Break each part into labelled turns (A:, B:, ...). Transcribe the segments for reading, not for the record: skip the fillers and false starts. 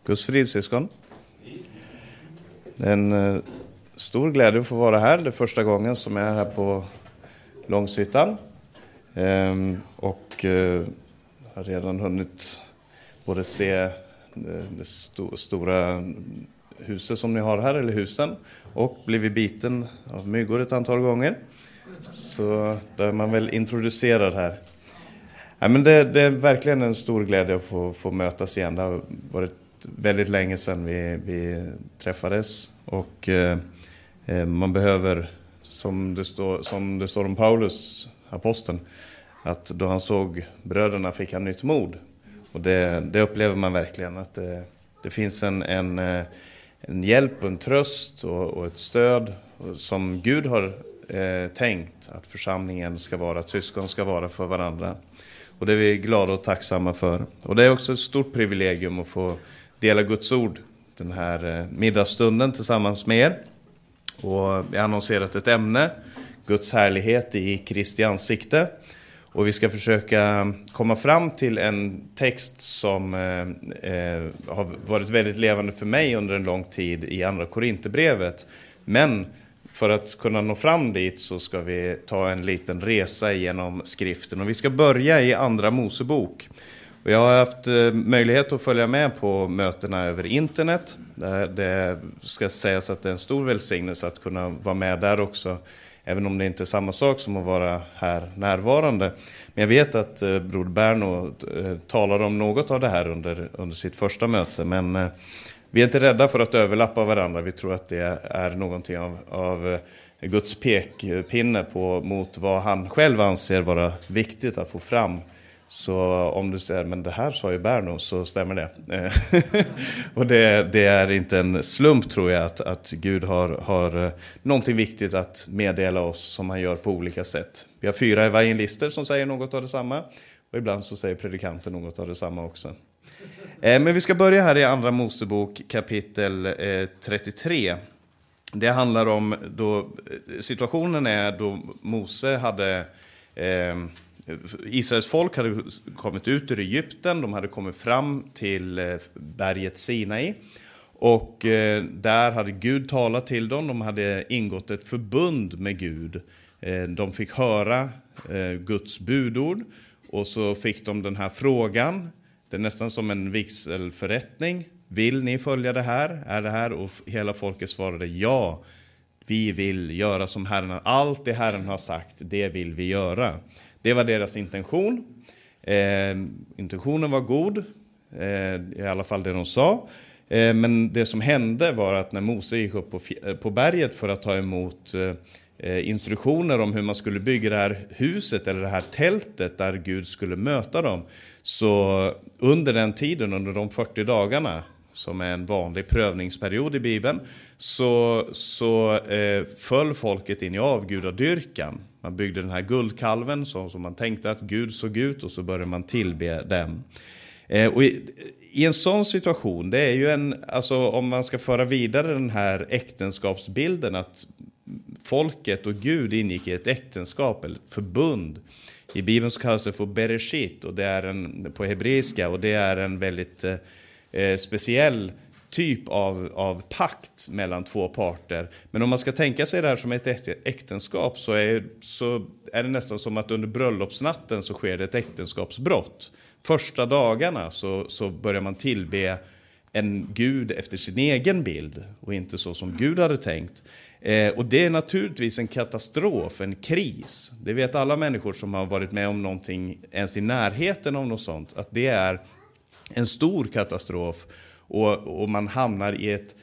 A: Guds frid, syskon. Det är en stor glädje att få vara här. Det är första gången som jag är här på Långshyttan. Och har redan hunnit både se det stora huset som ni har här, eller husen, och blivit biten av myggor ett antal gånger. Så då är man väl introducerad här. Ja, men det är verkligen en stor glädje att få mötas igen. Det har varit väldigt länge sedan vi träffades. Och man behöver, som det står om Paulus, aposteln, att då han såg bröderna fick han nytt mod. Och det upplever man verkligen, att det finns en hjälp och en tröst och ett stöd som Gud har tänkt att församlingen ska vara, att syskon ska vara för varandra. Och det är vi glada och tacksamma för. Och det är också ett stort privilegium att få dela Guds ord den här middagsstunden tillsammans med er. Och vi har annonserat ett ämne, Guds härlighet i Kristi ansikte. Och vi ska försöka komma fram till en text som har varit väldigt levande för mig under en lång tid i Andra Korinthierbrevet. Men för att kunna nå fram dit så ska vi ta en liten resa genom skriften. Och vi ska börja i Andra Mosebok. Och jag har haft möjlighet att följa med på mötena över internet. Det ska sägas att det är en stor välsignelse att kunna vara med där också. Även om det inte är samma sak som att vara här närvarande. Men jag vet att Broder Berno talar om något av det här under sitt första möte. Men vi är inte rädda för att överlappa varandra. Vi tror att det är någonting av Guds pekpinne mot vad han själv anser vara viktigt att få fram. Så om du säger, men det här sa ju Berno, så stämmer det. Och det är inte en slump, tror jag, att Gud har någonting viktigt att meddela oss som han gör på olika sätt. Vi har 4 evangelister som säger något av detsamma. Och ibland så säger predikanten något av detsamma också. Men vi ska börja här i Andra Mosebok kapitel 33. Det handlar om då situationen är då Mose hade... Israels folk hade kommit ut ur Egypten, de hade kommit fram till berget Sinai, och där hade Gud talat till dem, de hade ingått ett förbund med Gud. De fick höra Guds budord, och så fick de den här frågan, det är nästan som en vigselförrättning: vill ni följa det här? Är det här? Och hela folket svarade ja, vi vill göra som Herren har, allt det Herren har sagt, det vill vi göra. Det var deras intention. Intentionen var god, i alla fall det de sa. Men det som hände var att när Mose gick upp på berget för att ta emot instruktioner om hur man skulle bygga det här huset eller det här tältet där Gud skulle möta dem, så under den tiden, under de 40 dagarna, som är en vanlig prövningsperiod i Bibeln, så föll folket in i avgudadyrkan. Man byggde den här guldkalven som man tänkte att Gud såg ut, och så började man tillbe den. Och i en sån situation, det är ju alltså om man ska föra vidare den här äktenskapsbilden, att folket och Gud ingick i ett äktenskap eller förbund. I Bibeln så kallas det för bereshit, och det är på hebreiska, och det är en väldigt speciell typ av pakt mellan två parter. Men om man ska tänka sig det här som ett äktenskap, så är det nästan som att under bröllopsnatten så sker det ett äktenskapsbrott. Första dagarna så börjar man tillbe en Gud efter sin egen bild och inte så som Gud hade tänkt. Och det är naturligtvis en katastrof, en kris. Det vet alla människor som har varit med om någonting ens i närheten av något sånt, att det är en stor katastrof. Och man hamnar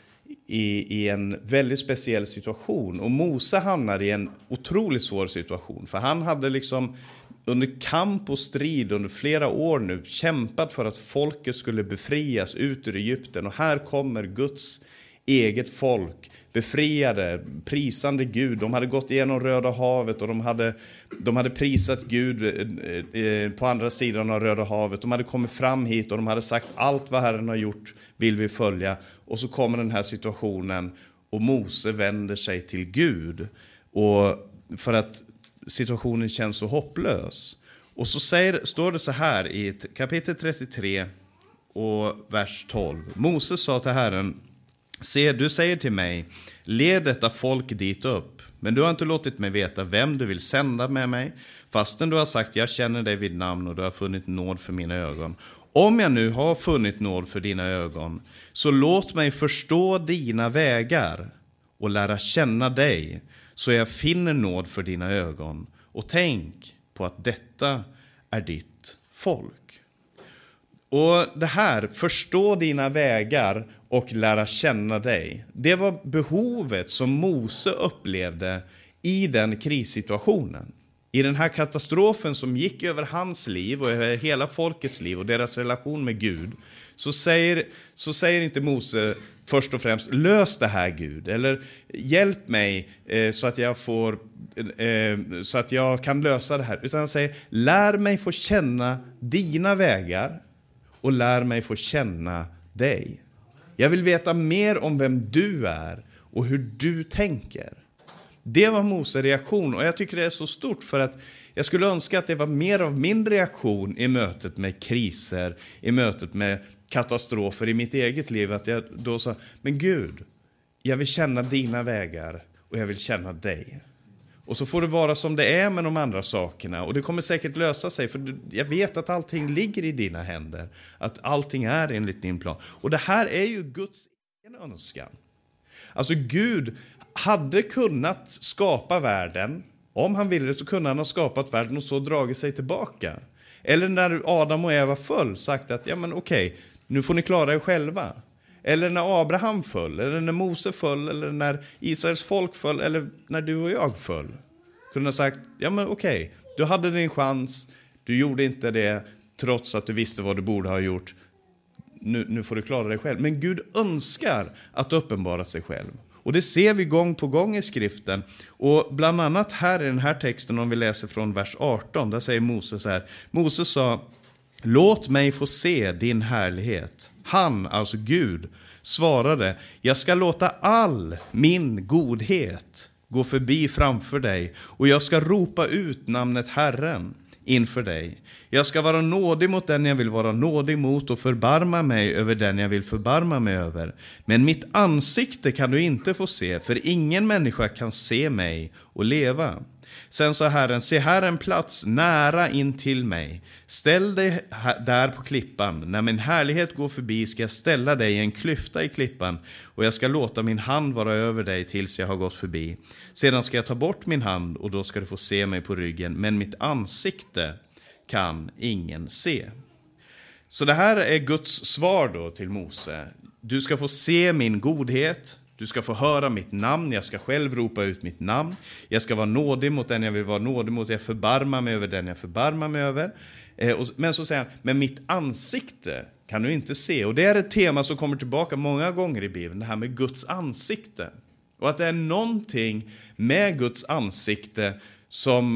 A: i en väldigt speciell situation. Och Mose hamnar i en otroligt svår situation. För han hade liksom under kamp och strid under flera år nu kämpat för att folket skulle befrias ut ur Egypten. Och här kommer Guds eget folk, befriade, prisande Gud. De hade gått igenom Röda havet, och de hade prisat Gud på andra sidan av Röda havet. De hade kommit fram hit och de hade sagt: allt vad Herren har gjort vill vi följa. Och så kommer den här situationen, och Mose vänder sig till Gud, och för att situationen känns så hopplös. Och så står det så här i kapitel 33 och vers 12. Moses sa till Herren: se, du säger till mig, led detta folk dit upp. Men du har inte låtit mig veta vem du vill sända med mig, fastän du har sagt, jag känner dig vid namn och du har funnit nåd för mina ögon. Om jag nu har funnit nåd för dina ögon, så låt mig förstå dina vägar och lära känna dig, så jag finner nåd för dina ögon. Och tänk på att detta är ditt folk. Och det här, förstå dina vägar och lära känna dig, det var behovet som Mose upplevde i den krissituationen. I den här katastrofen som gick över hans liv och över hela folkets liv och deras relation med Gud, så säger inte Mose först och främst, lös det här Gud, eller hjälp mig så att jag kan lösa det här. Utan han säger, lär mig få känna dina vägar och lär mig få känna dig. Jag vill veta mer om vem du är och hur du tänker. Det var Moses reaktion, och jag tycker det är så stort, för att jag skulle önska att det var mer av min reaktion i mötet med kriser, i mötet med katastrofer i mitt eget liv, att jag då sa, men Gud, jag vill känna dina vägar och jag vill känna dig. Och så får det vara som det är med de andra sakerna, och det kommer säkert lösa sig, för jag vet att allting ligger i dina händer, att allting är enligt din plan. Och det här är ju Guds egen önskan. Alltså Gud hade kunnat skapa världen, om han ville så kunde han ha skapat världen och så dragit sig tillbaka. Eller när Adam och Eva föll, sagt att ja men okej, nu får ni klara er själva. Eller när Abraham föll, eller när Mose föll, eller när Israels folk föll, eller när du och jag föll. Kunde ha sagt, ja men okej, du hade din chans, du gjorde inte det trots att du visste vad du borde ha gjort. Nu får du klara dig själv. Men Gud önskar att uppenbara sig själv. Och det ser vi gång på gång i skriften. Och bland annat här i den här texten, om vi läser från vers 18, där säger Moses så här. Moses sa, låt mig få se din härlighet. Han, alltså Gud, svarade, jag ska låta all min godhet gå förbi framför dig, och jag ska ropa ut namnet Herren inför dig. Jag ska vara nådig mot den jag vill vara nådig mot och förbarma mig över den jag vill förbarma mig över. Men mitt ansikte kan du inte få se, för ingen människa kan se mig och leva. Sen sa Herren, se här en plats nära in till mig. Ställ dig där på klippan. När min härlighet går förbi ska jag ställa dig i en klyfta i klippan, och jag ska låta min hand vara över dig tills jag har gått förbi. Sedan ska jag ta bort min hand, och då ska du få se mig på ryggen, men mitt ansikte kan ingen se. Så det här är Guds svar då till Mose. Du ska få se min godhet. Du ska få höra mitt namn, jag ska själv ropa ut mitt namn. Jag ska vara nådig mot den jag vill vara nådig mot. Jag förbarmar mig över den jag förbarmar mig över. Men så säger han, men mitt ansikte kan du inte se. Och det är ett tema som kommer tillbaka många gånger i Bibeln, det här med Guds ansikte. Och att det är någonting med Guds ansikte som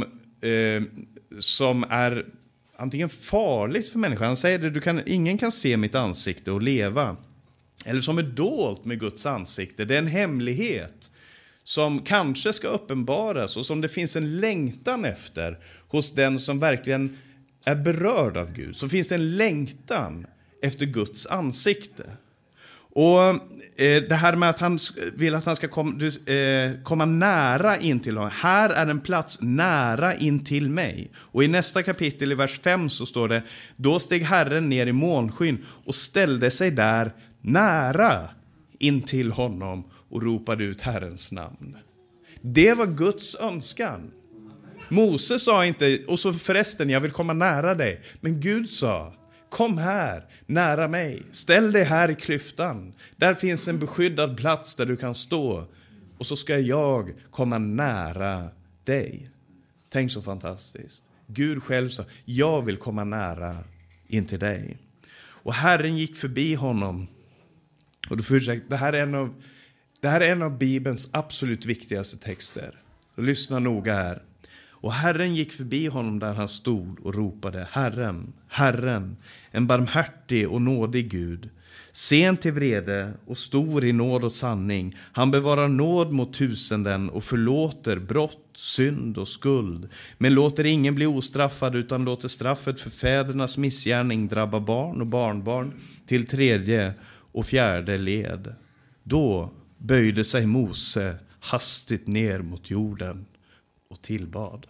A: är antingen farligt för människan. Han säger det, ingen kan se mitt ansikte och leva. Eller som är dolt med Guds ansikte. Det är en hemlighet som kanske ska uppenbaras och som det finns en längtan efter hos den som verkligen är berörd av Gud. Så finns det en längtan efter Guds ansikte. Och det här med att han vill att han ska komma nära in till honom. Här är en plats nära in till mig. Och i nästa kapitel i vers 5 så står det, då steg Herren ner i molnskyn och ställde sig där nära in till honom och ropade ut Herrens namn. Det var Guds önskan. Moses sa inte, och så förresten, jag vill komma nära dig. Men Gud sa, kom här, nära mig. Ställ dig här i klyftan. Där finns en beskyddad plats där du kan stå. Och så ska jag komma nära dig. Tänk så fantastiskt. Gud själv sa, jag vill komma nära in till dig. Och Herren gick förbi honom. Och det här är en av Bibelns absolut viktigaste texter. Så lyssna noga här. Och Herren gick förbi honom där han stod och ropade, Herren, Herren, en barmhärtig och nådig Gud, sen till vrede och stor i nåd och sanning. Han bevarar nåd mot tusenden och förlåter brott, synd och skuld. Men låter ingen bli ostraffad, utan låter straffet för fädernas missgärning drabba barn och barnbarn till 3:e och 4:e led. Då böjde sig Mose hastigt ner mot jorden och tillbad.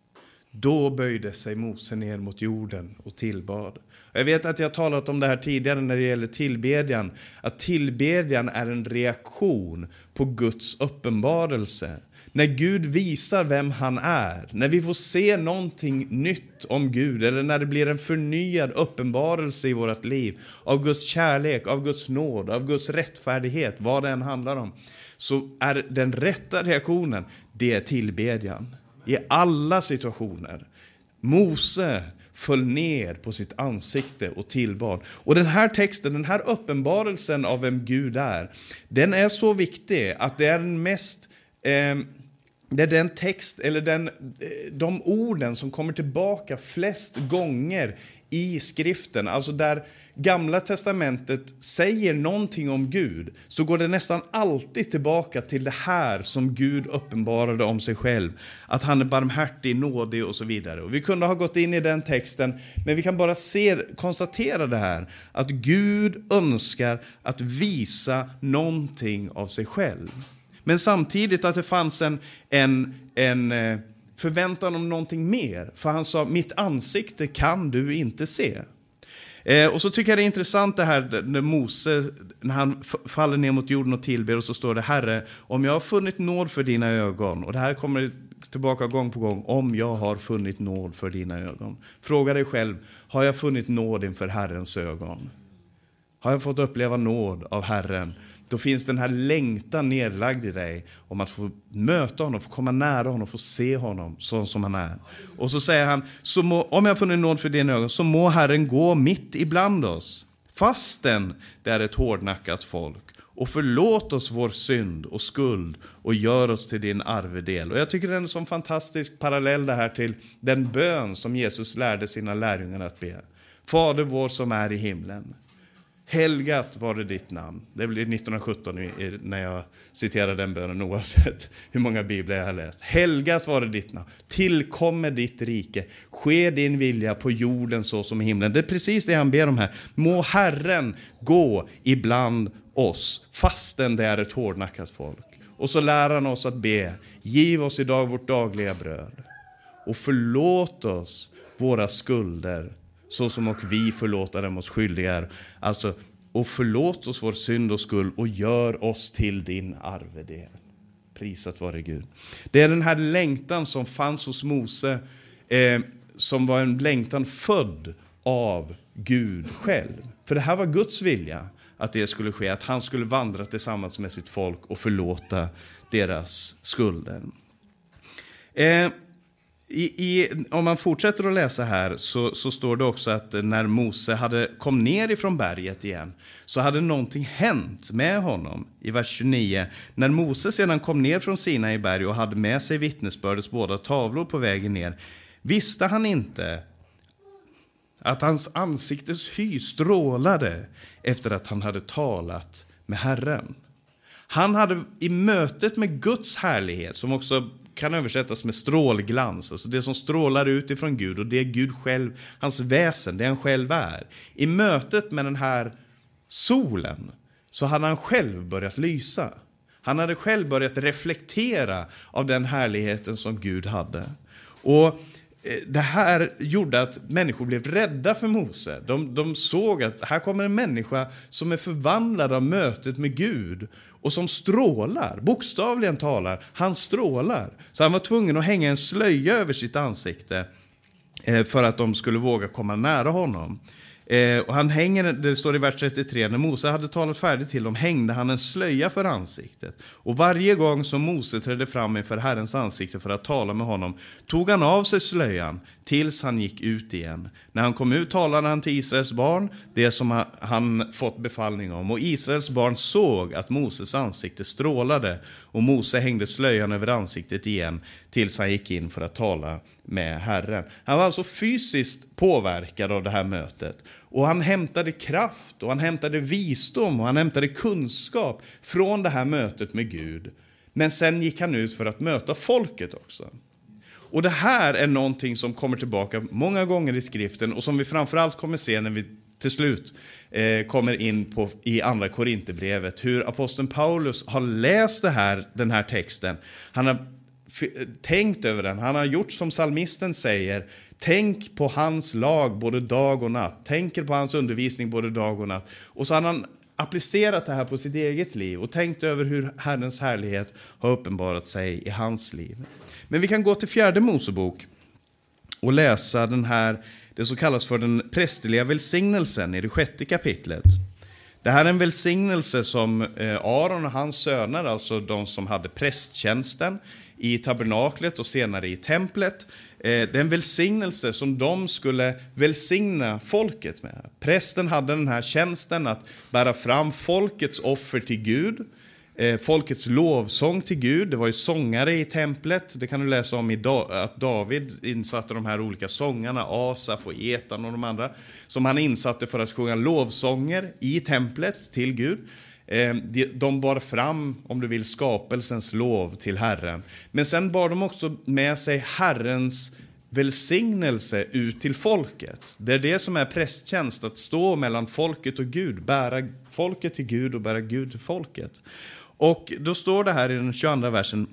A: Då böjde sig Mose ner mot jorden och tillbad. Jag vet att jag har talat om det här tidigare när det gäller tillbedjan. Att tillbedjan är en reaktion på Guds uppenbarelse. När Gud visar vem han är. När vi får se någonting nytt om Gud. Eller när det blir en förnyad uppenbarelse i vårt liv. Av Guds kärlek, av Guds nåd, av Guds rättfärdighet. Vad det än handlar om. Så är den rätta reaktionen, det är tillbedjan. I alla situationer. Mose föll ner på sitt ansikte och tillbad. Och den här texten, den här uppenbarelsen av vem Gud är, den är så viktig att det är den mest... det är den text, eller de orden som kommer tillbaka flest gånger i skriften. Alltså där Gamla testamentet säger någonting om Gud, så går det nästan alltid tillbaka till det här som Gud uppenbarade om sig själv. Att han är barmhärtig, nådig och så vidare. Och vi kunde ha gått in i den texten, men vi kan bara konstatera det här. Att Gud önskar att visa någonting av sig själv. Men samtidigt att det fanns en förväntan om någonting mer. För han sa, mitt ansikte kan du inte se. Och så tycker jag det är intressant det här när Mose, när han faller ner mot jorden och tillber, och så står det: Herre, om jag har funnit nåd för dina ögon. Och det här kommer tillbaka gång på gång. Om jag har funnit nåd för dina ögon. Fråga dig själv, har jag funnit nåd inför Herrens ögon? Har jag fått uppleva nåd av Herren? Då finns den här längtan nedlagd i dig om att få möta honom, få komma nära honom, få se honom så som han är. Och så säger han, om jag har funnit nåd för dina ögon, så må Herren gå mitt ibland oss, fastän det är ett hårdnackat folk. Och förlåt oss vår synd och skuld och gör oss till din arvedel. Och jag tycker det är en sån fantastisk parallell det här till den bön som Jesus lärde sina lärjungar att be. Fader vår som är i himlen. Helgat var det ditt namn. Det blir 1917 när jag citerar den bönen, oavsett hur många biblar jag har läst. Helgat var det ditt namn. Tillkommer ditt rike. Ske din vilja på jorden så som i himlen. Det är precis det han ber om här. Må Herren gå ibland oss, fastän det är ett hårdnackat folk. Och så lär han oss att be. Giv oss idag vårt dagliga bröd. Och förlåt oss våra skulder, så som och vi förlåter dem oss skyldiga. Alltså, och förlåt oss vår synd och skuld och gör oss till din arvedel. Prisat vare Gud. Det är den här längtan som fanns hos Mose, som var en längtan född av Gud själv. För det här var Guds vilja att det skulle ske, att han skulle vandra tillsammans med sitt folk och förlåta deras skulder. Om man fortsätter att läsa här så står det också att när Mose kom ner ifrån berget igen, så hade någonting hänt med honom. I vers 29. När Mose sedan kom ner från Sinai berg och hade med sig vittnesbördets båda tavlor på vägen ner, visste han inte att hans ansiktes hy strålade efter att han hade talat med Herren. Han hade i mötet med Guds härlighet, som också kan översättas med strålglans, alltså det som strålar ut ifrån Gud, och det är Gud själv, hans väsen, det han själv är. I mötet med den här solen så hade han själv börjat lysa. Han hade själv börjat reflektera av den härligheten som Gud hade. Och det här gjorde att människor blev rädda för Mose. De såg att här kommer en människa som är förvandlad av mötet med Gud och som strålar, bokstavligen talar, han strålar. Så han var tvungen att hänga en slöja över sitt ansikte för att de skulle våga komma nära honom. Och han hänger, det står i vers 33, när Mose hade talat färdigt till dem hängde han en slöja för ansiktet. Och varje gång som Mose trädde fram inför Herrens ansikte för att tala med honom tog han av sig slöjan tills han gick ut igen. När han kom ut talade han till Israels barn det som han fått befallning om. Och Israels barn såg att Moses ansikte strålade, och Mose hängde slöjan över ansiktet igen tills han gick in för att tala med Herren. Han var alltså fysiskt påverkad av det här mötet. Och han hämtade kraft och han hämtade visdom och han hämtade kunskap från det här mötet med Gud. Men sen gick han ut för att möta folket också. Och det här är någonting som kommer tillbaka många gånger i skriften och som vi framförallt kommer se när vi till slut kommer in på i andra Korinthierbrevet. Hur aposteln Paulus har läst den här texten. Han har tänkt över den. Han har gjort som psalmisten säger. Tänk på hans lag både dag och natt. Tänker på hans undervisning både dag och natt. Och så har han applicerat det här på sitt eget liv och tänkt över hur Herrens härlighet har uppenbarat sig i hans liv. Men vi kan gå till 4:e Mosebok och läsa det som kallas för den prästerliga välsignelsen i det 6:e kapitlet. Det här är en välsignelse som Aron och hans söner, alltså de som hade prästtjänsten i tabernaklet och senare i templet. Det är en välsignelse som de skulle välsigna folket med. Prästen hade den här tjänsten att bära fram folkets offer till Gud. Folkets lovsång till Gud. Det var ju sångare i templet. Det kan du läsa om att David insatte de här olika sångarna, Asaf och Etan och de andra, som han insatte för att sjunga lovsånger i templet till Gud. De bar fram, om du vill, skapelsens lov till Herren. Men sen bar de också med sig Herrens välsignelse ut till folket. Det är det som är prästtjänst, att stå mellan folket och Gud, bära folket till Gud och bära Gud till folket. Och då står det här i den 22:a versen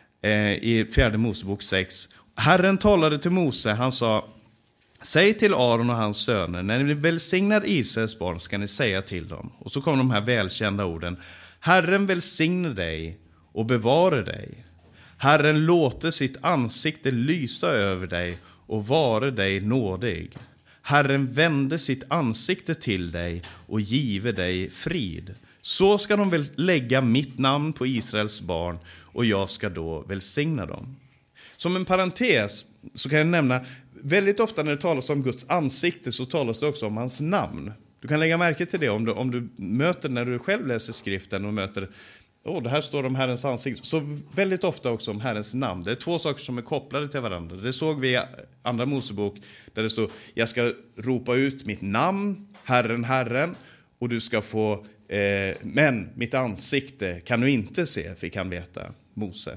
A: i 4:e Mosebok 6. Herren talade till Mose, han sa: säg till Aron och hans söner, när ni välsignar Israels barn ska ni säga till dem. Och så kommer de här välkända orden. Herren välsigne dig och bevare dig. Herren låter sitt ansikte lysa över dig och vare dig nådig. Herren vände sitt ansikte till dig och give dig frid. Så ska de väl lägga mitt namn på Israels barn och jag ska då välsigna dem. Som en parentes så kan jag nämna, väldigt ofta när det talas om Guds ansikte så talas det också om hans namn. Du kan lägga märke till det om du möter, när du själv läser skriften och möter, det här står om Herrens ansikte, så väldigt ofta också om Herrens namn. Det är två saker som är kopplade till varandra. Det såg vi i andra Mosebok där det står: jag ska ropa ut mitt namn, Herren, Herren, och du ska få men mitt ansikte kan du inte se, fick han veta, Mose.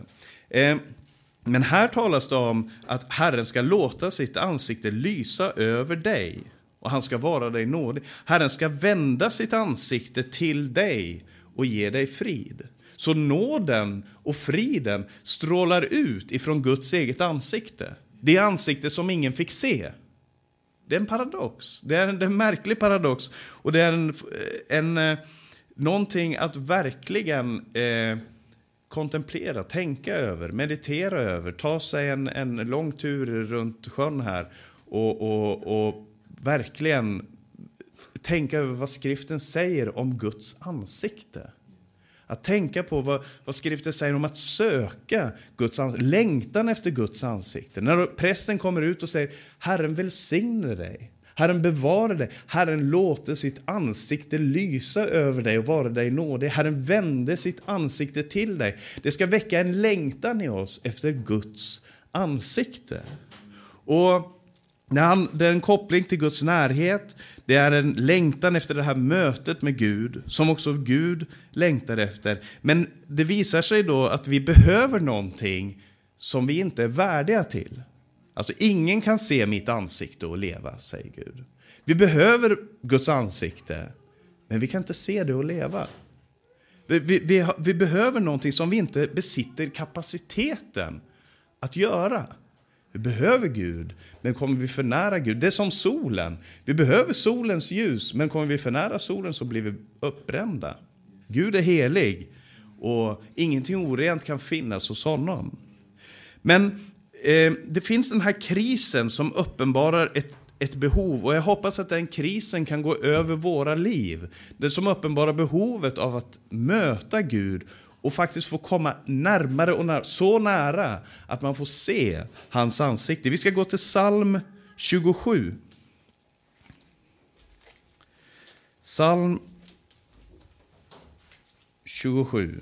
A: Men här talas det om att Herren ska låta sitt ansikte lysa över dig och han ska vara dig nådig. Herren ska vända sitt ansikte till dig och ge dig frid. Så nåden och friden strålar ut ifrån Guds eget ansikte. Det ansikte som ingen fick se. Det är en paradox. Det är en märklig paradox. Och det är någonting att verkligen kontemplera, tänka över, meditera över. Ta sig en lång tur runt sjön här och verkligen tänka över vad skriften säger om Guds ansikte. Att tänka på vad skriften säger om att söka Guds ansikte, längtan efter Guds ansikte. När prästen kommer ut och säger: Herren välsigne dig, Herren bevara dig, Herren låter sitt ansikte lysa över dig och vara dig nådig. Herren vände sitt ansikte till dig. Det ska väcka en längtan i oss efter Guds ansikte. Och det är en koppling till Guds närhet. Det är en längtan efter det här mötet med Gud, som också Gud längtar efter. Men det visar sig då att vi behöver någonting som vi inte är värdiga till. Alltså ingen kan se mitt ansikte och leva, säger Gud. Vi behöver Guds ansikte, men vi kan inte se det och leva. Vi behöver någonting som vi inte besitter kapaciteten att göra. Vi behöver Gud, men kommer vi för nära Gud? Det är som solen. Vi behöver solens ljus, men kommer vi för nära solen så blir vi uppbrända. Gud är helig och ingenting orent kan finnas hos honom. Men det finns den här krisen som uppenbarar ett behov, och jag hoppas att den krisen kan gå över våra liv. Det som uppenbarar behovet av att möta Gud och faktiskt få komma närmare och så nära att man får se hans ansikte. Vi ska gå till psalm 27. Psalm 27.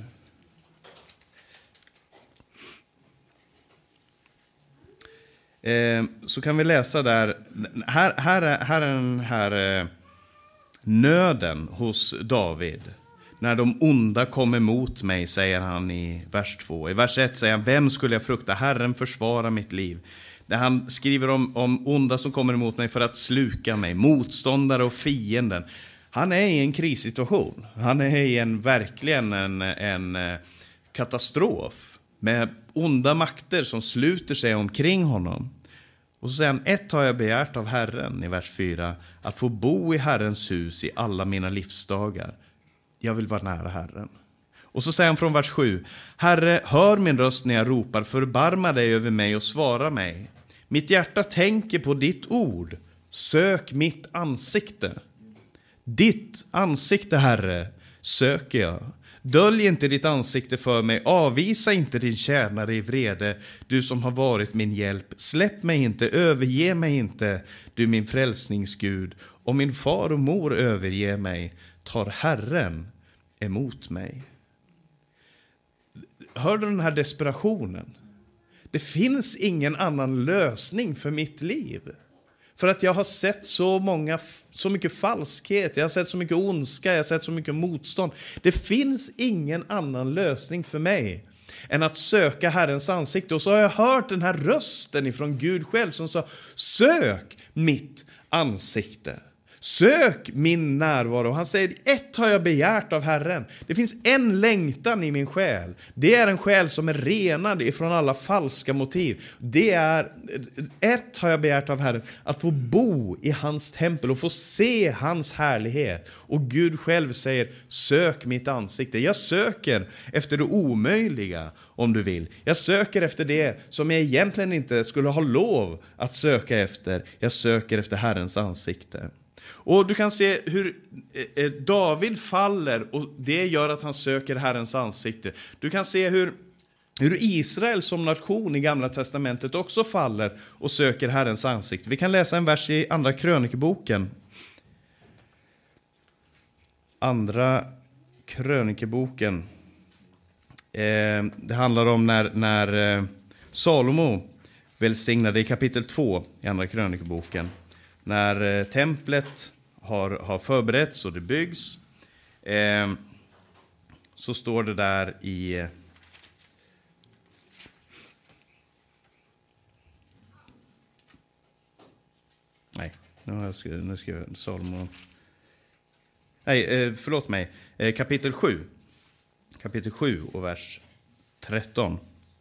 A: Så kan vi läsa där. Här är den här nöden hos David. När de onda kom emot mig, säger han i vers 2. I vers 1 säger han, vem skulle jag frukta? Herren försvara mitt liv. Där han skriver om onda som kommer emot mig för att sluka mig. Motståndare och fienden. Han är i en krissituation. Han är i verkligen en katastrof. Med onda makter som sluter sig omkring honom. Och så säger han, ett har jag begärt av Herren i vers 4. Att få bo i Herrens hus i alla mina livsdagar. Jag vill vara nära Herren. Och så säger han från vers 7. Herre, hör min röst när jag ropar. Förbarma dig över mig och svara mig. Mitt hjärta tänker på ditt ord. Sök mitt ansikte. Ditt ansikte, Herre, söker jag. Dölj inte ditt ansikte för mig. Avvisa inte din tjänare i vrede. Du som har varit min hjälp. Släpp mig inte, överge mig inte. Du min frälsningsgud. Om min far och mor överger mig, tar Herren emot mig. Hör du den här desperationen? Det finns ingen annan lösning för mitt liv. För att jag har sett så mycket falskhet. Jag har sett så mycket ondska. Jag har sett så mycket motstånd. Det finns ingen annan lösning för mig än att söka Herrens ansikte. Och så har jag hört den här rösten ifrån Gud själv som sa, sök mitt ansikte. Sök min närvaro. Han säger, ett har jag begärt av Herren. Det finns en längtan i min själ. Det är en själ som är renad ifrån alla falska motiv. Det är, ett har jag begärt av Herren. Att få bo i hans tempel och få se hans härlighet. Och Gud själv säger, sök mitt ansikte. Jag söker efter det omöjliga, om du vill. Jag söker efter det som jag egentligen inte skulle ha lov att söka efter. Jag söker efter Herrens ansikte. Och du kan se hur David faller och det gör att han söker Herrens ansikte. Du kan se hur Israel som nation i Gamla testamentet också faller och söker Herrens ansikte. Vi kan läsa en vers i Andra krönikeboken. Andra krönikeboken. Det handlar om när Salomo välsignade i kapitel 2 i Andra krönikeboken. När templet har förberetts och det byggs, så står det där i kapitel 7 och vers 13.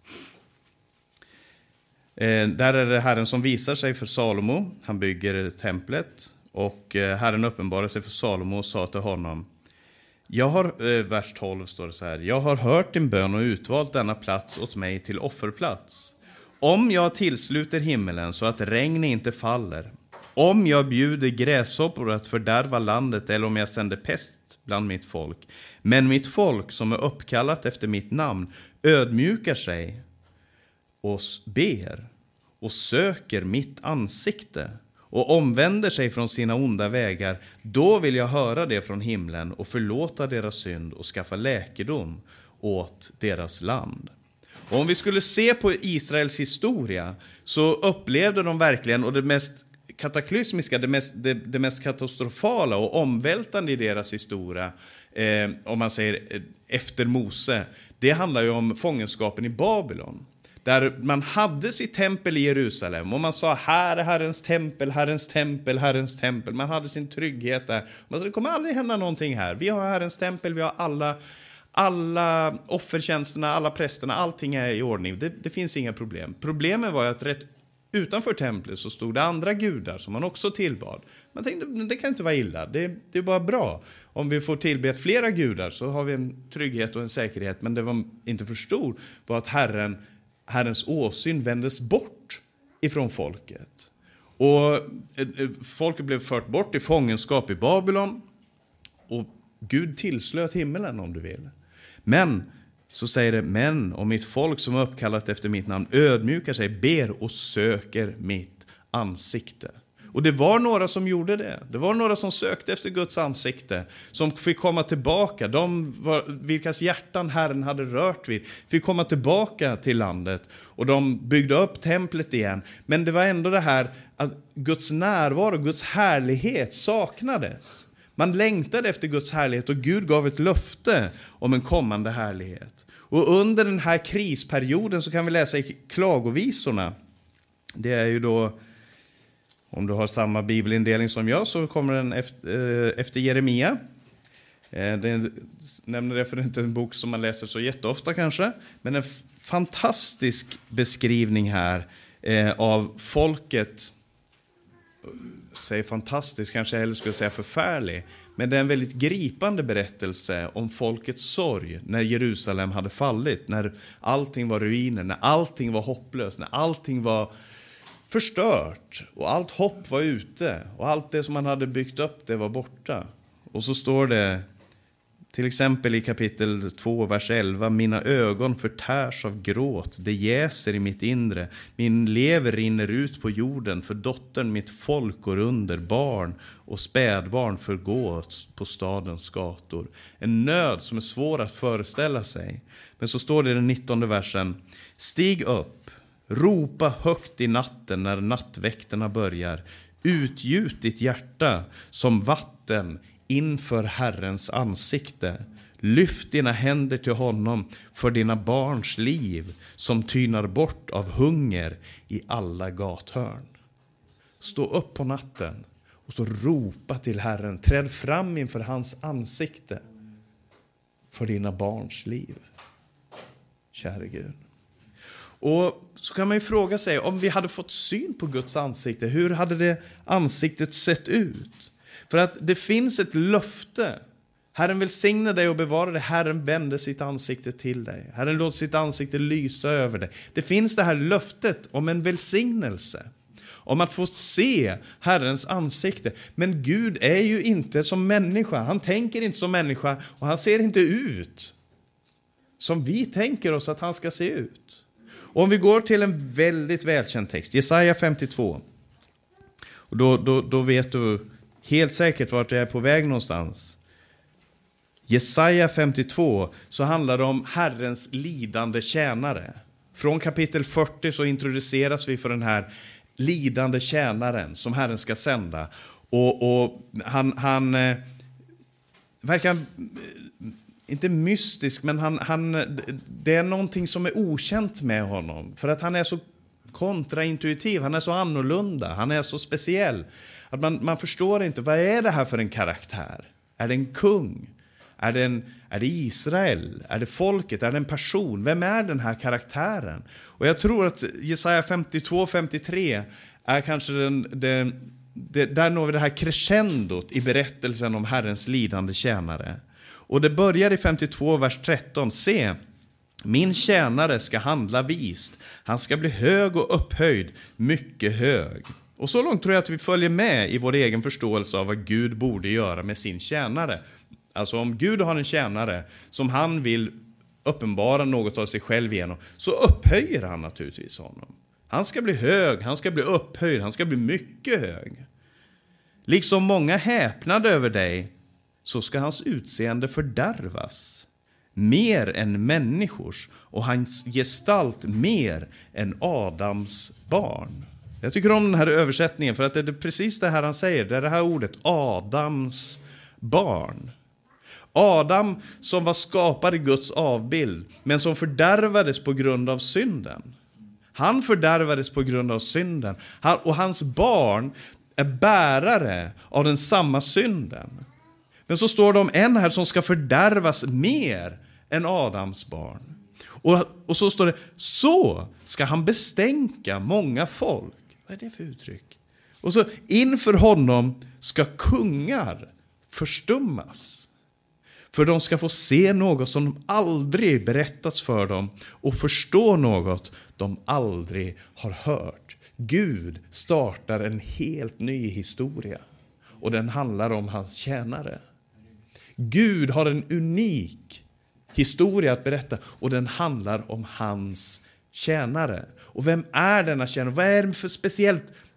A: Där är det Herren som visar sig för Salomo. Han bygger templet och Herren uppenbarar sig för Salomo och sa till honom, vers 12 står det så här, jag har hört din bön och utvalt denna plats åt mig till offerplats. Om jag tillsluter himmelen så att regn inte faller, om jag bjuder gräshoppor att fördärva landet eller om jag sänder pest bland mitt folk, men mitt folk som är uppkallat efter mitt namn ödmjukar sig och ber och söker mitt ansikte och omvänder sig från sina onda vägar, då vill jag höra det från himlen och förlåta deras synd och skaffa läkedom åt deras land. Och om vi skulle se på Israels historia så upplevde de verkligen, och det mest kataklysmiska, det mest katastrofala och omvältande i deras historia, om man säger efter Mose, det handlar ju om fångenskapen i Babylon. Där man hade sitt tempel i Jerusalem och man sa, här är Herrens tempel, Herrens tempel, Herrens tempel. Man hade sin trygghet där. Man sa, det kommer aldrig hända någonting här. Vi har Herrens tempel, vi har alla offertjänsterna, alla prästerna, allting är i ordning. Det finns inga problem. Problemet var ju att rätt utanför templet så stod det andra gudar som man också tillbad. Man tänkte, det kan inte vara illa, det är bara bra. Om vi får tillbe flera gudar så har vi en trygghet och en säkerhet. Men det var inte för stor var att Herrens åsyn vändes bort ifrån folket. Och folket blev fört bort i fångenskap i Babylon. Och Gud tillslöt himmelen, om du vill. Men så säger det, men om mitt folk som är uppkallat efter mitt namn ödmjukar sig, ber och söker mitt ansikte. Och det var några som gjorde det. Det var några som sökte efter Guds ansikte. Som fick komma tillbaka. Vilkas hjärtan Herren hade rört vid. Fick komma tillbaka till landet. Och de byggde upp templet igen. Men det var ändå det här att Guds närvaro, Guds härlighet saknades. Man längtade efter Guds härlighet och Gud gav ett löfte om en kommande härlighet. Och under den här krisperioden så kan vi läsa i klagovisorna. Det är ju då, om du har samma bibelindelning som jag så kommer den efter Jeremia. Det nämner det för inte en bok som man läser så jätteofta kanske. Men en fantastisk beskrivning här av folket. Säg fantastisk, kanske jag hellre skulle säga förfärlig. Men det är en väldigt gripande berättelse om folkets sorg när Jerusalem hade fallit. När allting var ruiner, när allting var hopplöst, när allting var förstört. Och allt hopp var ute och allt det som man hade byggt upp det var borta. Och så står det till exempel i kapitel 2, vers 11. Mina ögon förtärs av gråt, det jäser i mitt inre. Min lever rinner ut på jorden, för dottern mitt folk går under. Barn och spädbarn förgås på stadens gator. En nöd som är svår att föreställa sig. Men så står det i den 19:e versen. Stig upp, ropa högt i natten när nattväkterna börjar. Utgjut ditt hjärta som vatten inför Herrens ansikte. Lyft dina händer till honom för dina barns liv som tynar bort av hunger i alla gathörn. Stå upp på natten och så ropa till Herren. Träd fram inför hans ansikte för dina barns liv. Käre Gud. Och så kan man ju fråga sig, om vi hade fått syn på Guds ansikte, hur hade det ansiktet sett ut? För att det finns ett löfte. Herren välsigna dig och bevara dig. Herren vänder sitt ansikte till dig. Herren låter sitt ansikte lysa över dig. Det finns det här löftet om en välsignelse. Om att få se Herrens ansikte. Men Gud är ju inte som människa. Han tänker inte som människa. Och han ser inte ut som vi tänker oss att han ska se ut. Och om vi går till en väldigt välkänd text. Jesaja 52. Och då vet du helt säkert vart jag är på väg någonstans. Jesaja 52 så handlar det om Herrens lidande tjänare. Från kapitel 40 så introduceras vi för den här lidande tjänaren som Herren ska sända. Och han verkar inte mystisk, men det är någonting som är okänt med honom. För att han är så kontraintuitiv, han är så annorlunda, han är så speciell. Att man förstår inte, vad är det här för en karaktär? Är det en kung? Är det Israel? Är det folket? Är det en person? Vem är den här karaktären? Och jag tror att Jesaja 52-53 är kanske där når vi det här crescendot i berättelsen om Herrens lidande tjänare. Och det börjar i 52, vers 13. Se, min tjänare ska handla vist. Han ska bli hög och upphöjd, mycket hög. Och så långt tror jag att vi följer med i vår egen förståelse av vad Gud borde göra med sin tjänare. Alltså om Gud har en tjänare som han vill uppenbara något av sig själv igenom, så upphöjer han naturligtvis honom. Han ska bli hög, han ska bli upphöjd, han ska bli mycket hög. Liksom många häpnade över dig, så ska hans utseende fördärvas. Mer än människors, och hans gestalt mer än Adams barn. Jag tycker om den här översättningen, för att det är precis det här han säger. Det är det här ordet, Adams barn. Adam som var skapad i Guds avbild, men som fördärvades på grund av synden. Han fördärvades på grund av synden. Och hans barn är bärare av den samma synden. Men så står det om en här som ska fördärvas mer än Adams barn. Och så står det, så ska han bestänka många folk. Vad är det för uttryck? Och så inför honom ska kungar förstummas. För de ska få se något som aldrig berättats för dem och förstå något de aldrig har hört. Gud startar en helt ny historia och den handlar om hans tjänare. Gud har en unik historia att berätta och den handlar om hans tjänare. Och vem är denna tjänare? Vad är det för speciellt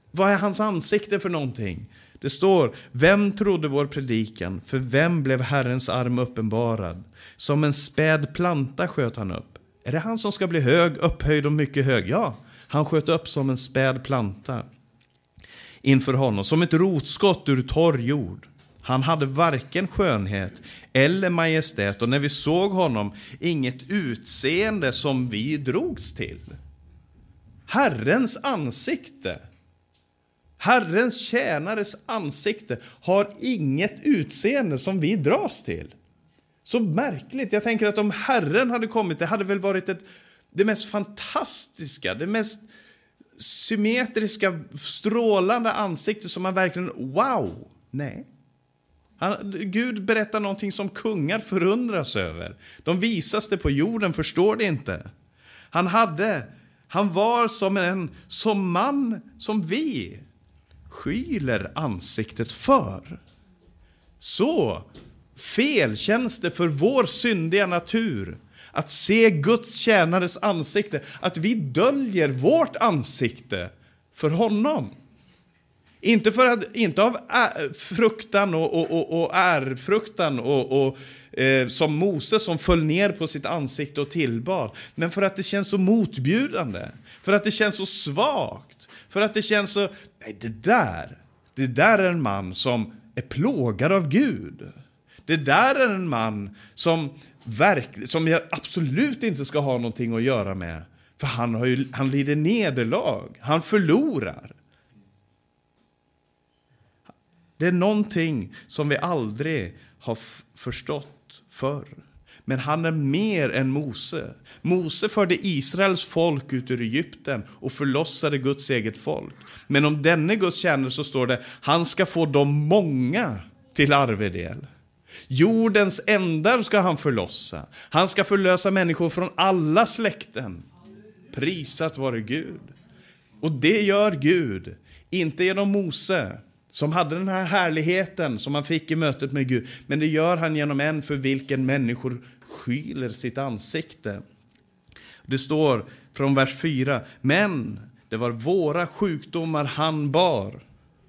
A: Vad är hans ansikte för någonting? Det står, vem trodde vår predikan? För vem blev Herrens arm uppenbarad? Som en späd planta sköt han upp. Är det han som ska bli hög, upphöjd och mycket hög? Ja, han sköt upp som en späd planta inför honom, som ett rotskott ur torr jord. Han hade varken skönhet eller majestät, och när vi såg honom, inget utseende som vi drogs till. Herrens ansikte, Herrens tjänares ansikte har inget utseende som vi dras till. Så märkligt. Jag tänker att om Herren hade kommit, det hade väl varit det mest fantastiska, det mest symmetriska, strålande ansikte som man verkligen, wow, nej. Gud berättar någonting som kungar förundras över. De visaste på jorden förstår det inte. Han var som man som vi skyler ansiktet för. Så fel känns det för vår syndiga natur att se Guds tjänares ansikte, att vi döljer vårt ansikte för honom. Inte av fruktan och ärfruktan och som Moses som föll ner på sitt ansikte och tillbad, men för att det känns så motbjudande, för att det känns så svagt, för att det känns så, nej, det där är en man som är plågad av Gud. Det där är en man som jag absolut inte ska ha någonting att göra med, för han lider nederlag, han förlorar. Det är någonting som vi aldrig har förstått förr. Men han är mer än Mose. Mose förde Israels folk ut ur Egypten och förlossade Guds eget folk. Men om denne Guds tjänare så står det, han ska få de många till arvedel. Jordens ändar ska han förlossa. Han ska förlösa människor från alla släkten. Prisat vare Gud. Och det gör Gud, inte genom Mose, som hade den här härligheten som han fick i mötet med Gud. Men det gör han genom en för vilken människor skyler sitt ansikte. Det står från vers 4. Men det var våra sjukdomar han bar.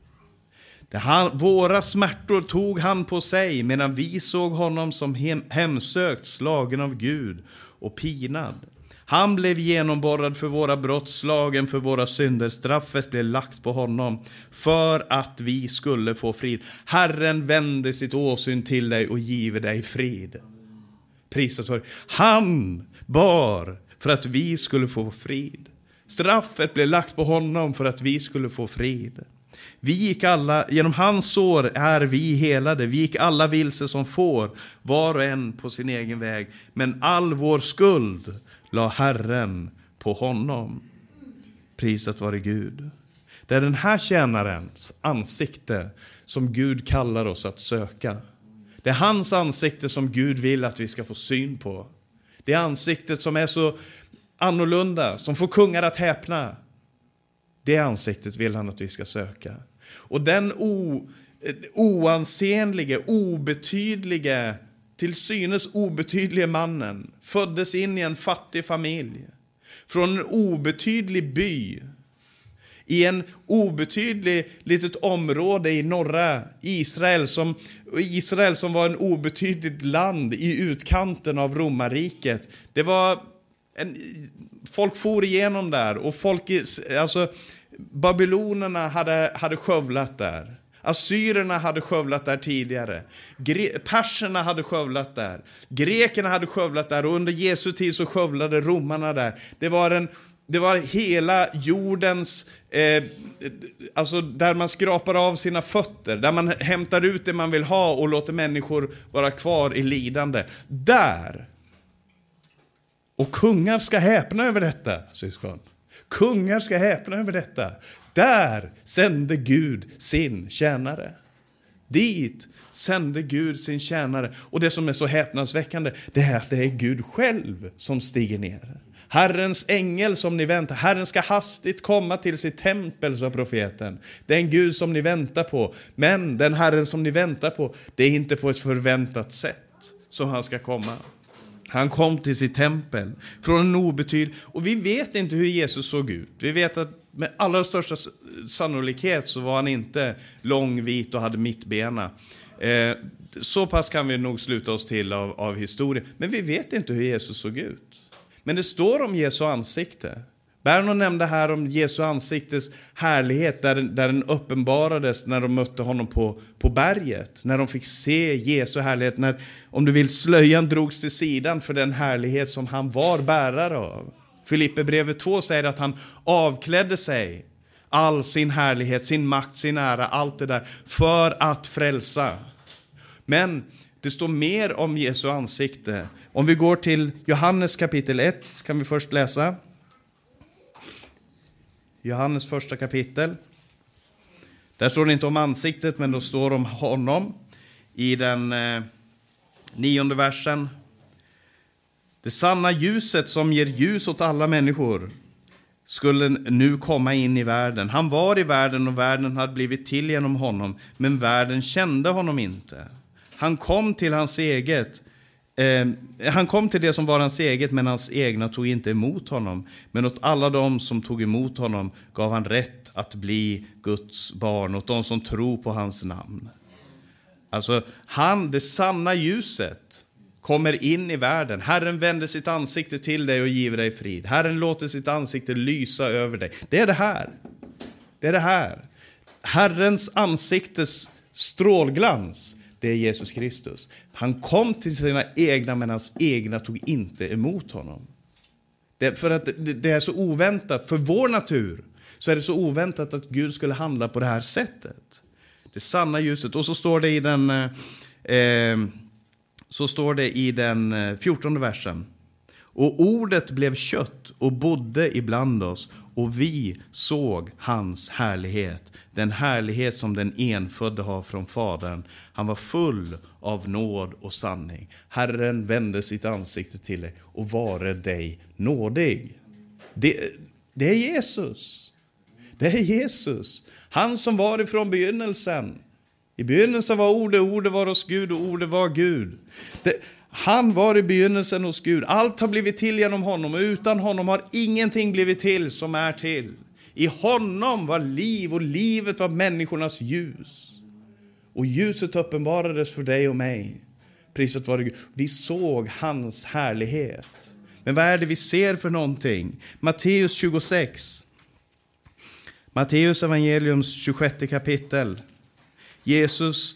A: Våra smärtor tog han på sig, medan vi såg honom som hemsökt, slagen av Gud och pinad. Han blev genomborrad för våra brott, slagen för våra synder. Straffet blev lagt på honom för att vi skulle få frid. Herren vände sitt åsyn till dig och giver dig frid. Prisat vare. Han bar för att vi skulle få frid. Straffet blev lagt på honom för att vi skulle få frid. Vi gick alla, genom hans sår är vi helade. Vi gick alla vilse som får, var och en på sin egen väg. Men all vår skuld la Herren på honom. Prisat vare Gud. Det är den här tjänarens ansikte som Gud kallar oss att söka. Det är hans ansikte som Gud vill att vi ska få syn på. Det ansiktet som är så annorlunda, som får kungar att häpna. Det ansiktet vill han att vi ska söka. Och den oansenlige, obetydlige, till synes obetydlige mannen föddes in i en fattig familj. Från en obetydlig by. I en obetydlig litet område i norra Israel som var en obetydligt land i utkanten av romarriket. Det var folk for igenom där och babylonerna hade skövlat där. Assyrerna hade skövlat där tidigare. Perserna hade skövlat där. Grekerna hade skövlat där och under Jesu tid så skövlade romarna där. Det var hela jordens, där man skrapar av sina fötter, där man hämtar ut det man vill ha och låter människor vara kvar i lidande. Där. Och kungar ska häpna över detta, syskon. Kungar ska häpna över detta. Där sände Gud sin tjänare. Dit sände Gud sin tjänare. Och det som är så häpnadsväckande, det är att det är Gud själv som stiger ner. Herrens ängel som ni väntar. Herren ska hastigt komma till sitt tempel, sa profeten. Det är en Gud som ni väntar på. Men den Herren som ni väntar på, det är inte på ett förväntat sätt som han ska komma. Han kom till sitt tempel från en obetydlig, och vi vet inte hur Jesus såg ut. Vi vet att med allra största sannolikhet så var han inte lång, vit och hade mittbena. Så pass kan vi nog sluta oss till av historien. Men vi vet inte hur Jesus såg ut. Men det står om Jesu ansikte. Berno nämnde här om Jesu ansiktes härlighet där den uppenbarades när de mötte honom på berget. När de fick se Jesu härlighet. När, om du vill, slöjan drogs till sidan för den härlighet som han var bärare av. Filipperbrevet 2 säger att han avklädde sig all sin härlighet, sin makt, sin ära, allt det där för att frälsa. Men det står mer om Jesu ansikte. Om vi går till Johannes kapitel 1 kan vi först läsa. Johannes första kapitel. Där står det inte om ansiktet, men då står det om honom i den 9:e versen. Det sanna ljuset som ger ljus åt alla människor skulle nu komma in i världen. Han var i världen och världen hade blivit till genom honom, men världen kände honom inte. Han kom till hans eget. Han kom till det som var hans eget, men hans egna tog inte emot honom. Men åt alla de som tog emot honom gav han rätt att bli Guds barn, åt de som tror på hans namn. Alltså, det sanna ljuset, kommer in i världen. Herren vänder sitt ansikte till dig och giver dig frid. Herren låter sitt ansikte lysa över dig. Det är det här. Det är det här. Herrens ansiktes strålglans, det är Jesus Kristus. Han kom till sina egna, men hans egna tog inte emot honom. För att det är så oväntat. För vår natur så är det så oväntat att Gud skulle handla på det här sättet. Det sanna ljuset. Och så står det i den 14:e versen. Och ordet blev kött och bodde ibland oss, och vi såg hans härlighet. Den härlighet som den enfödde har från Fadern. Han var full av nåd och sanning. Herren vände sitt ansikte till dig och vare dig nådig. Det är Jesus. Det är Jesus. Han som var ifrån begynnelsen. I begynnelsen var ordet var hos Gud och ordet var Gud. Han var i begynnelsen hos Gud. Allt har blivit till genom honom, och utan honom har ingenting blivit till som är till. I honom var liv, och livet var människornas ljus. Och ljuset uppenbarades för dig och mig. Priset var det Gud. Vi såg hans härlighet. Men vad är det vi ser för någonting? Matteus 26. Matteus evangeliums 26 kapitel. Jesus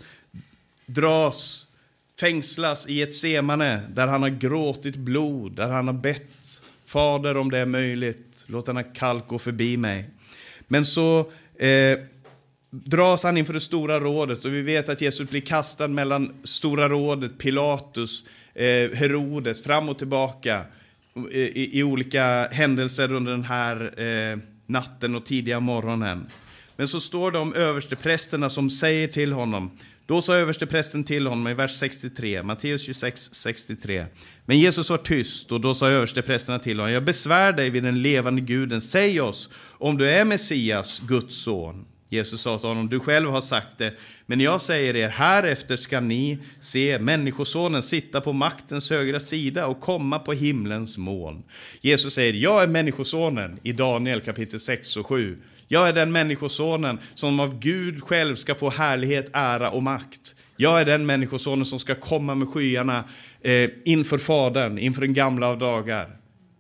A: fängslas i ett semane där han har gråtit blod, där han har bett Fader, om det är möjligt, låt denna kalk gå förbi mig. Men så dras han inför det stora rådet, och vi vet att Jesus blir kastad mellan stora rådet, Pilatus, Herodes, fram och tillbaka i olika händelser under den här natten och tidiga morgonen. Men så står det om översteprästerna som säger till honom. Då sa översteprästen till honom i vers 63, Matteus 26, 63. Men Jesus var tyst, och då sa översteprästerna till honom. Jag besvär dig vid den levande Guden. Säg oss om du är Messias, Guds son. Jesus sa till honom, du själv har sagt det. Men jag säger er, härefter ska ni se människosonen sitta på maktens högra sida och komma på himlens moln. Jesus säger, jag är människosonen i Daniel kapitel 6 och 7. Jag är den människosonen som av Gud själv ska få härlighet, ära och makt. Jag är den människosonen som ska komma med skyarna inför Fadern, inför den gamla av dagar.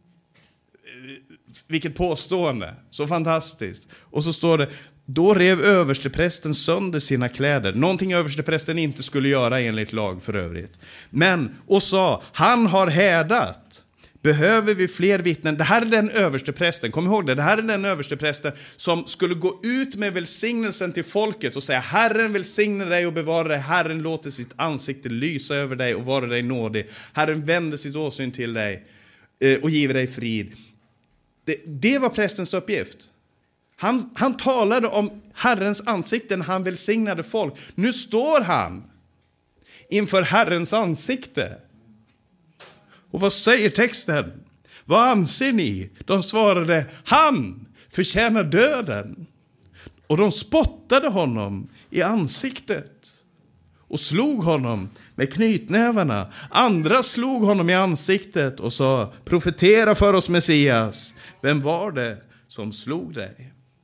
A: Vilket påstående, så fantastiskt. Och så står det, då rev översteprästen sönder sina kläder. Någonting översteprästen inte skulle göra enligt lag för övrigt. Men, och sa, han har hädat. Behöver vi fler vittnen? Det här är den översteprästen, kom ihåg det. Det här är den översteprästen som skulle gå ut med välsignelsen till folket och säga, Herren välsigne dig och bevara dig. Herren låter sitt ansikte lysa över dig och vara dig nådig. Herren vänder sitt åsyn till dig och giver dig frid. Det var prästens uppgift. Han talade om Herrens ansikte när han välsignade folk. Nu står han inför Herrens ansikte. Och vad säger texten? Vad anser ni? De svarade, han förtjänar döden. Och de spottade honom i ansiktet och slog honom med knytnävarna. Andra slog honom i ansiktet och sa, profetera för oss Messias. Vem var det som slog dig?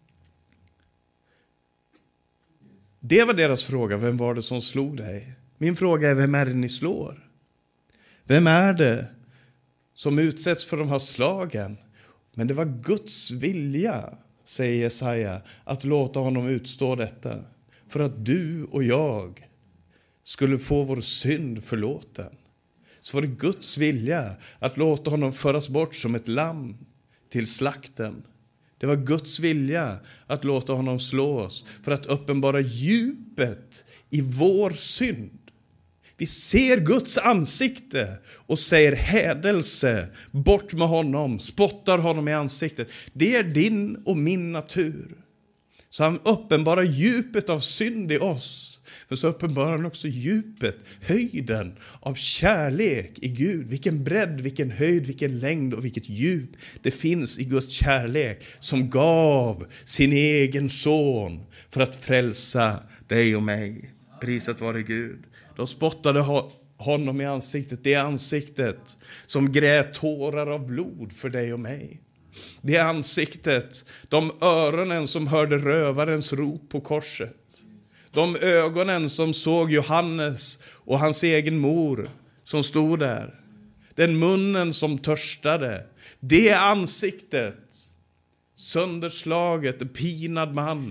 A: Det var deras fråga. Vem var det som slog dig? Min fråga är, vem är det ni slår? Vem är det som utsätts för de här slagen? Men det var Guds vilja, säger Jesaja, att låta honom utstå detta. För att du och jag skulle få vår synd förlåten. Så var det Guds vilja att låta honom föras bort som ett lamm till slakten. Det var Guds vilja att låta honom slås för att uppenbara djupet i vår synd. Vi ser Guds ansikte och säger hädelse, bort med honom, spottar honom i ansiktet. Det är din och min natur. Så han uppenbarar djupet av synd i oss. Men så uppenbarar han också djupet, höjden av kärlek i Gud. Vilken bredd, vilken höjd, vilken längd och vilket djup det finns i Guds kärlek. Som gav sin egen son för att frälsa dig och mig. Prisat vare Gud. De spottade honom i ansiktet. Det ansiktet som grät tårar av blod för dig och mig. Det ansiktet, de öronen som hörde rövarens rop på korset. De ögonen som såg Johannes och hans egen mor som stod där. Den munnen som törstade. Det ansiktet, sönderslaget, pinad man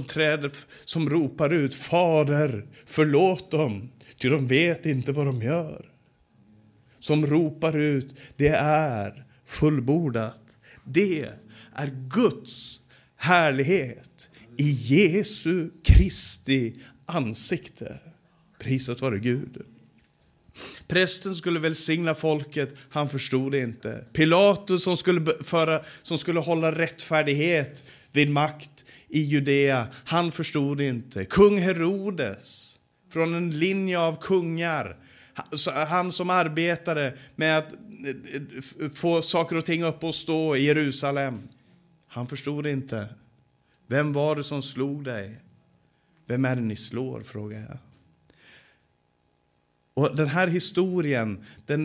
A: som ropar ut, Fader, förlåt dem, ty de vet inte vad de gör. Som ropar ut, det är fullbordat. Det är Guds härlighet i Jesu Kristi ansikte. Prisat vare Gud. Prästen skulle välsigna folket, han förstod det inte. Pilatus som skulle hålla rättfärdighet vid makt i Judea, han förstod det inte. Kung Herodes, från en linje av kungar, han som arbetade med att få saker och ting upp och stå i Jerusalem, han förstod det inte. Vem var det som slog dig? Vem är det ni slår, frågar jag. Och den här historien,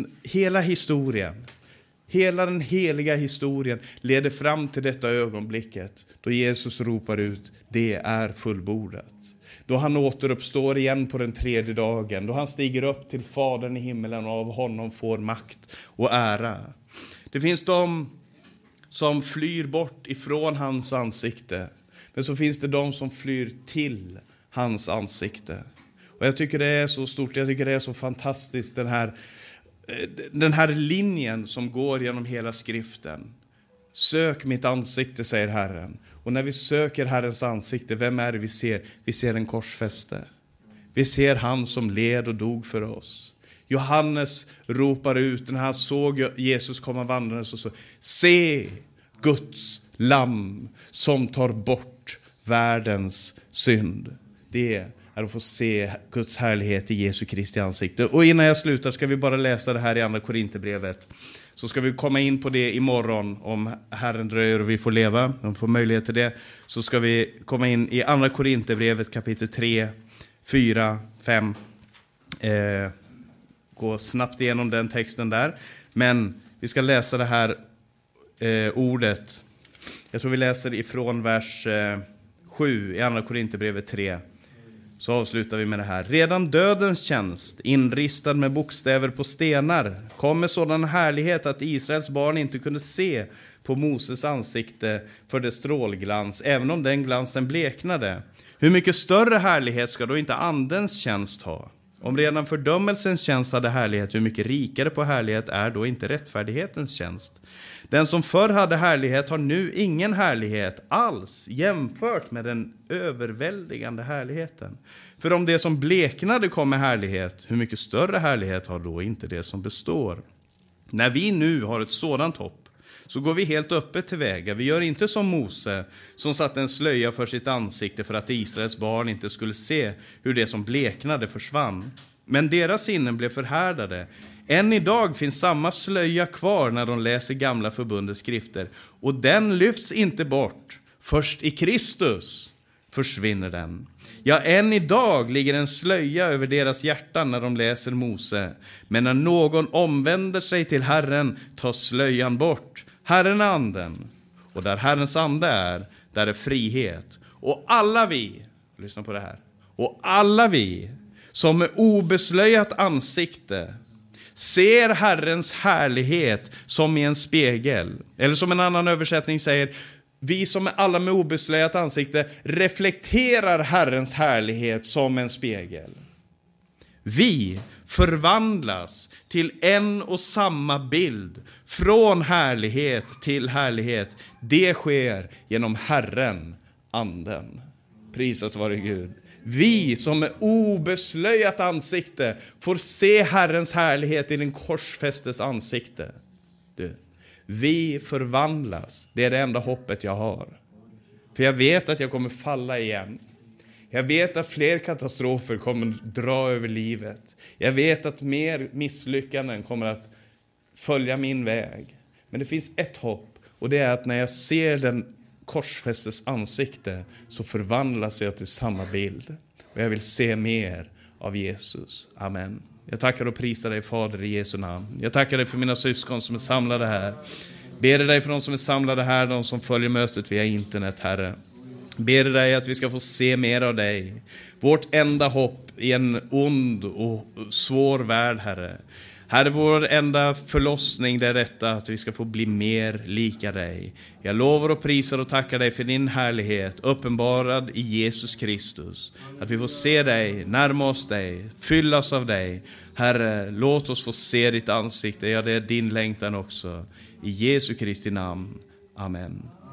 A: hela den heliga historien leder fram till detta ögonblicket då Jesus ropar ut, det är fullbordat. Då han återuppstår igen på den 3:e dagen, då han stiger upp till Fadern i himmelen och av honom får makt och ära. Det finns de som flyr bort ifrån hans ansikte, men så finns det de som flyr till hans ansikte. Och jag tycker det är så stort, jag tycker det är så fantastiskt, den här linjen som går genom hela skriften. Sök mitt ansikte, säger Herren. Och när vi söker Herrens ansikte, vem är det vi ser? Vi ser en korsfäste. Vi ser han som led och dog för oss. Johannes ropar ut när han såg Jesus komma vandrandes och så: se Guds lamm som tar bort världens synd. Det är att få se Guds härlighet i Jesu Kristi ansikte. Och innan jag slutar ska vi bara läsa det här i Andra Korinthierbrevet. Så ska vi komma in på det imorgon om Herren dröjer och vi får leva. De får möjlighet till det. Så ska vi komma in i Andra Korinthierbrevet kapitel 3, 4, 5. Gå snabbt igenom den texten där. Men vi ska läsa det här ordet. Jag tror vi läser ifrån vers 7 i Andra Korinthierbrevet 3. Så avslutar vi med det här. Redan dödens tjänst, inristad med bokstäver på stenar, kom med sådan härlighet att Israels barn inte kunde se på Moses ansikte för dess strålglans, även om den glansen bleknade. Hur mycket större härlighet ska då inte andens tjänst ha? Om redan fördömelsens tjänst hade härlighet, hur mycket rikare på härlighet är då inte rättfärdighetens tjänst? Den som förr hade härlighet har nu ingen härlighet alls jämfört med den överväldigande härligheten. För om det som bleknade kom med härlighet, hur mycket större härlighet har då inte det som består? När vi nu har ett sådant hopp, så går vi helt öppet tillväga. Vi gör inte som Mose, som satte en slöja för sitt ansikte för att Israels barn inte skulle se hur det som bleknade försvann. Men deras sinnen blev förhärdade. Än idag finns samma slöja kvar när de läser gamla förbundets skrifter. Och den lyfts inte bort. Först i Kristus försvinner den. Ja, än idag ligger en slöja över deras hjärtan när de läser Mose. Men när någon omvänder sig till Herren tar slöjan bort. Herren är anden. Och där Herrens ande är, där är frihet. Och alla vi, lyssna på det här, Och alla vi som med obeslöjat ansikte ser Herrens härlighet som i en spegel. Eller som en annan översättning säger, vi som är alla med obeslöjat ansikte reflekterar Herrens härlighet som en spegel. Vi förvandlas till en och samma bild, från härlighet till härlighet. Det sker genom Herren, anden. Prisat vare Gud. Vi som med obeslöjat ansikte får se Herrens härlighet i den korsfästes ansikte. Vi förvandlas. Det är det enda hoppet jag har. För jag vet att jag kommer falla igen. Jag vet att fler katastrofer kommer dra över livet. Jag vet att mer misslyckanden kommer att följa min väg. Men det finns ett hopp. Och det är att när jag ser den korsfästes ansikte så förvandlas jag till samma bild. Och jag vill se mer av Jesus. Amen. Jag tackar och prisar dig, Fader, i Jesu namn. Jag tackar dig för mina syskon som är samlade här. Ber dig för de som är samlade här, de som följer mötet via internet, Herre. Ber dig att vi ska få se mer av dig. Vårt enda hopp i en ond och svår värld, Herre. Herre, vår enda förlossning, det är detta att vi ska få bli mer lika dig. Jag lovar och prisar och tackar dig för din härlighet, uppenbarad i Jesus Kristus. Att vi får se dig, närma oss dig, fyllas av dig. Herre, låt oss få se ditt ansikte. Ja, det är din längtan också. I Jesu Kristi namn. Amen.